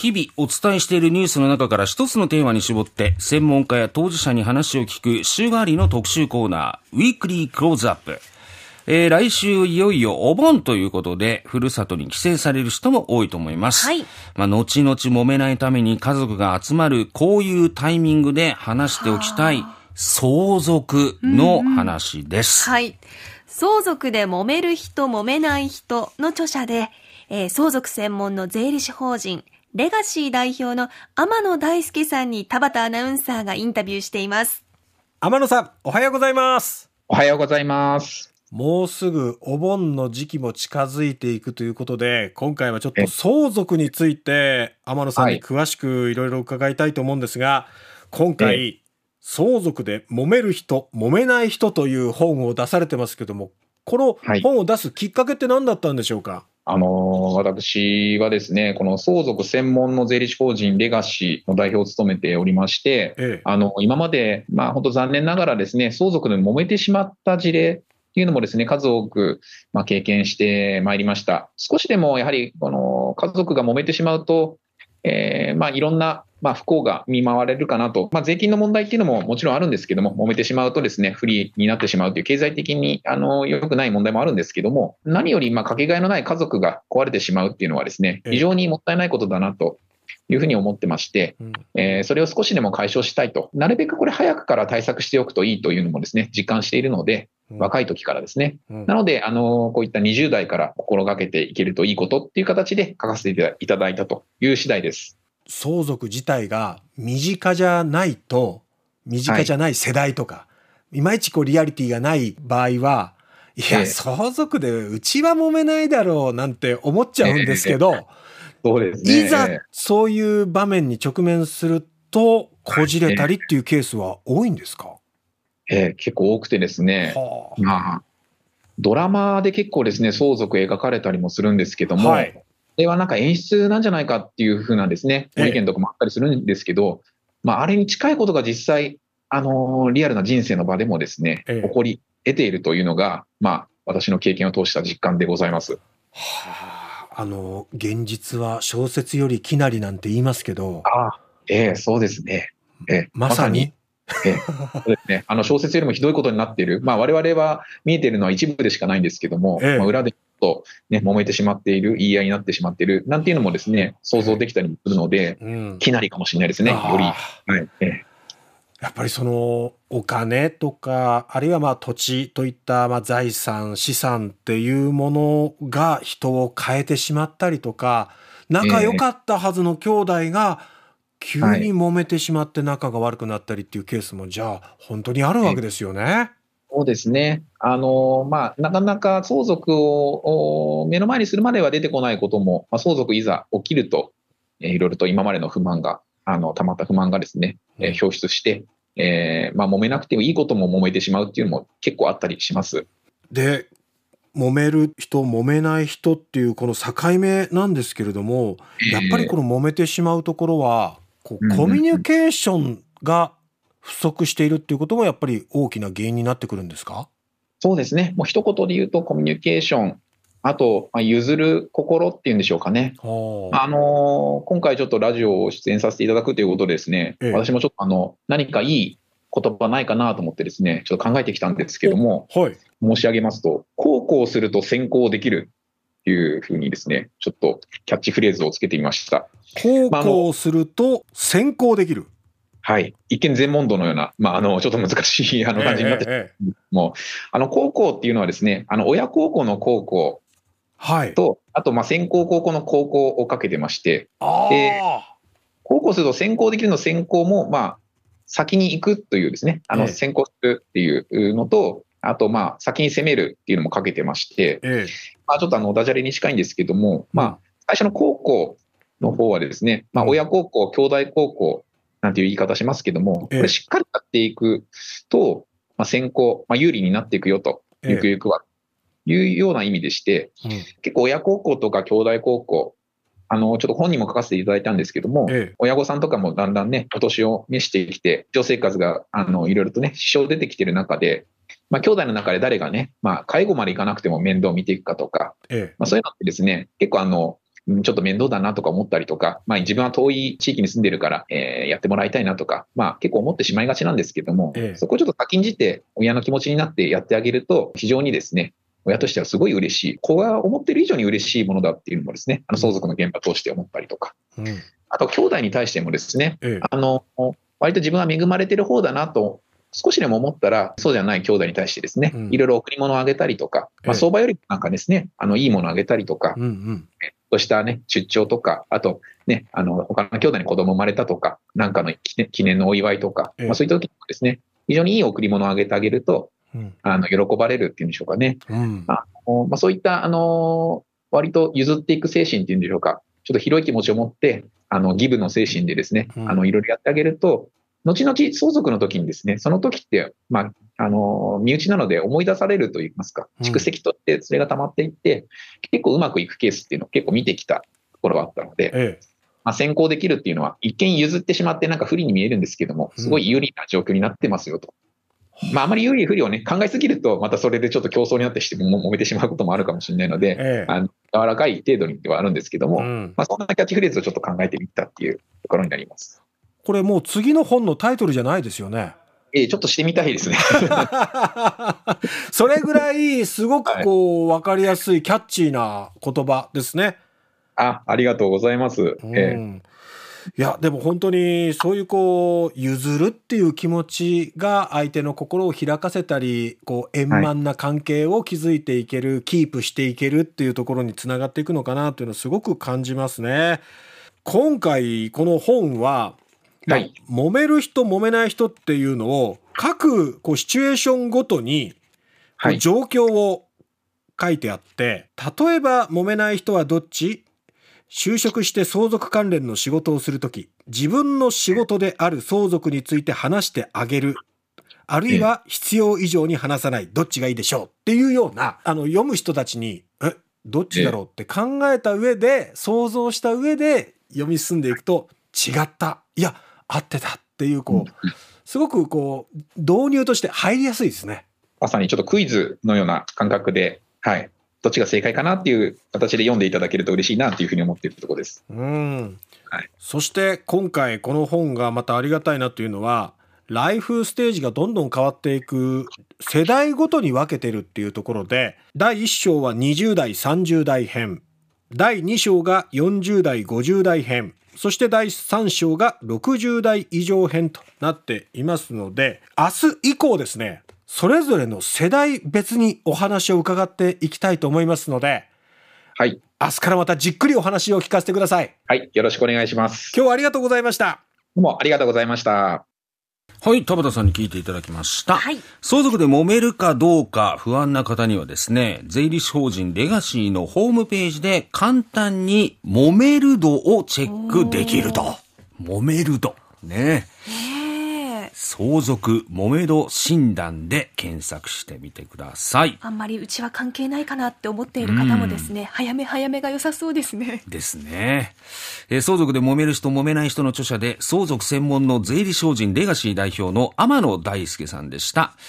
日々お伝えしているニュースの中から一つのテーマに絞って専門家や当事者に話を聞く週替わりの特集コーナー、ウィークリークローズアップ。来週いよいよお盆ということで、ふるさとに帰省される人も多いと思います。 はい。 後々揉めないために家族が集まるこういうタイミングで話しておきたい相続の話です。 はい。相続で揉める人揉めない人の著者で、相続専門の税理士法人レガシー代表の天野大輔さんに田畑アナウンサーがインタビューしています。 天野さん、おはようございます。 おはようございます。 もうすぐお盆の時期も近づいていくということで、今回はちょっと相続について天野さんに詳しくいろいろ伺いたいと思うんですが、今回、相続で揉める人揉めない人という本を出されてますけども、この本を出すきっかけって何だったんでしょうか？ 私はですね、この相続専門の税理士法人レガシーの代表を務めておりまして、今まで、本当残念ながらですね、相続で揉めてしまった事例っていうのもですね、数多く、経験してまいりました。少しでもやはり、この家族が揉めてしまうと、いろんな、不幸が見舞われるかなと、税金の問題っていうのももちろんあるんですけども、揉めてしまうとですね、不利になってしまうという経済的に良くない問題もあるんですけども、何よりかけがえのない家族が壊れてしまうっていうのはですね、非常にもったいないことだなというふうに思ってまして、それを少しでも解消したいと、なるべくこれ早くから対策しておくといいというのもですね、実感しているので、若い時からですね。なので、こういった20代から心がけていけるといいことっていう形で書かせていただいたという次第です。 相続自体が身近じゃないと、身近じゃない世代とか、いまいちリアリティがない場合は、いや、相続でうちは揉めないだろうなんて思っちゃうんですけど、 そうですね。 いざそういう場面に直面すると、こじれたりっていうケースは多いんですか？ 結構多くてですね、ドラマで結構ですね、相続描かれたりもするんですけども、これはなんか演出なんじゃないかっていう風なですね、ご意見とかもあったりするんですけど、あれに近いことが実際、リアルな人生の場でもですね、起こり得ているというのが、私の経験を通した実感でございます。 現実は小説より奇なりなんて言いますけど。 そうですね。 まさに。 そうですね。小説よりもひどいことになっている。我々は見えているのは一部でしかないんですけども、裏で揉めてしまっている、言い合いになってしまっているなんていうのもですね、想像できたりもするので、きなりかもしれないですね、より。 やっぱりそのお金とか、あるいは土地といった財産、資産っていうものが人を変えてしまったりとか、仲良かったはずの兄弟が急に揉めてしまって仲が悪くなったりっていうケースもじゃあ本当にあるわけですよね。 そうですね。なかなか相続を目の前にするまでは出てこないことも、相続いざ起きると、いろいろと今までの不満が、溜まった不満がですね、表出して、揉めなくてもいいことも揉めてしまうっていうのも結構あったりします。 で、揉める人、揉めない人っていうこの境目なんですけれども、やっぱりこの揉めてしまうところは、コミュニケーションが不足しているっていうこともやっぱり大きな原因になってくるんですか？ そうですね。もう一言で言うとコミュニケーション、あと、譲る心っていうんでしょうかね。今回ちょっとラジオを出演させていただくということでですね、私もちょっと何かいい言葉ないかなと思ってですね、ちょっと考えてきたんですけども、申し上げますと、こうすると先行できるっていうふうにですね、ちょっとキャッチフレーズをつけてみました。 こうすると先行できる。 はい。一見全問答のような、ちょっと難しい感じになっても高校っていうのはですね、親孝行の孝行と、あと、先行高校の高校をかけてまして、孝行すると先行できるの先行も、先に行くというですね、先行するっていうのと、あと、先に攻めるっていうのもかけてまして、ちょっとダジャレに近いんですけども、最初の孝行の方はですね、親孝行、兄弟孝行なんていう言い方しますけども、これしっかりやっていくと、先行、有利になっていくよと、ゆくゆくは。いうような意味でして、結構親孝行とか兄弟孝行、ちょっと本にも書かせていただいたんですけども、親御さんとかもだんだんね、お年を召してきて、日常生活がいろいろとね、支障出てきている中で、兄弟の中で誰がね、介護までいかなくても面倒を見ていくかとか、そういうのってですね、結構ちょっと面倒だなとか思ったりとか、自分は遠い地域に住んでるから、やってもらいたいなとか、結構思ってしまいがちなんですけども、そこをちょっと先んじて親の気持ちになってやってあげると、非常にですね、親としてはすごい嬉しい。子が思ってる以上に嬉しいものだっていうのもですね、相続の現場通して思ったりとか。あと、兄弟に対してもですね、割と自分は恵まれてる方だなと、少しでも思ったら、そうじゃない兄弟に対してですね、いろいろ贈り物をあげたりとか、相場よりなんかですね、いいものをあげたりとか、そうしたね、出張とか、あとね、他の兄弟に子供生まれたとか、なんかの記念のお祝いとか、そういった時もですね、非常にいい贈り物をあげてあげると、喜ばれるっていうんでしょうかね。そういった、割と譲っていく精神っていうんでしょうか、ちょっと広い気持ちを持って、ギブの精神でですね、いろいろやってあげると、後々相続の時にですね、その時って、身内なので思い出されるといいますか、蓄積とってそれが溜まっていって、結構うまくいくケースっていうのを結構見てきたところがあったので、先行できるっていうのは、一見譲ってしまってなんか不利に見えるんですけども、すごい有利な状況になってますよと。あまり有利不利をね、考えすぎると、またそれでちょっと競争になってして揉めてしまうこともあるかもしれないので、柔らかい程度にではあるんですけども、そんなキャッチフレーズをちょっと考えてみたっていうところになります。 これもう次の本のタイトルじゃないですよね。 ちょっとしてみたいですね。 それぐらいすごく分かりやすいキャッチーな言葉ですね。 ありがとうございます。 いやでも本当にそういう譲るっていう気持ちが相手の心を開かせたり、円満な関係を築いていける、キープしていけるっていうところにつながっていくのかなというのをすごく感じますね。今回この本は揉める人揉めない人っていうのを各シチュエーションごとに状況を書いてあって、例えば揉めない人はどっち？就職して相続関連の仕事をするとき、自分の仕事である相続について話してあげる。あるいは必要以上に話さない。どっちがいいでしょうっていうような、読む人たちに、どっちだろうって考えた上で、想像した上で読み進んでいくと、違った。いや、合ってたっていう、すごく導入として入りやすいですね。 まさにちょっとクイズのような感覚で、どっちが正解かなっていう形で読んでいただけると嬉しいなというふうに思っているところです。 そして今回この本がまたありがたいなというのは、ライフステージがどんどん変わっていく世代ごとに分けてるっていうところで、第1章は20代30代編、第2章が40代50代編、そして第3章が60代以上編となっていますので、明日以降ですね、それぞれの世代別にお話を伺っていきたいと思いますので、明日からまたじっくりお話を聞かせてください。 よろしくお願いします。 今日はありがとうございました。 どうもありがとうございました。 田畑さんに聞いていただきました。相続で揉めるかどうか不安な方にはですね、税理士法人レガシーのホームページで簡単に揉める度をチェックできると。揉める度。ね。相続揉め度診断で検索してみてください。 あんまりうちは関係ないかなって思っている方もですね、早めが良さそうですね。 ですね。相続で揉める人揉めない人の著者で相続専門の税理士法人レガシー代表の天野大輔さんでした。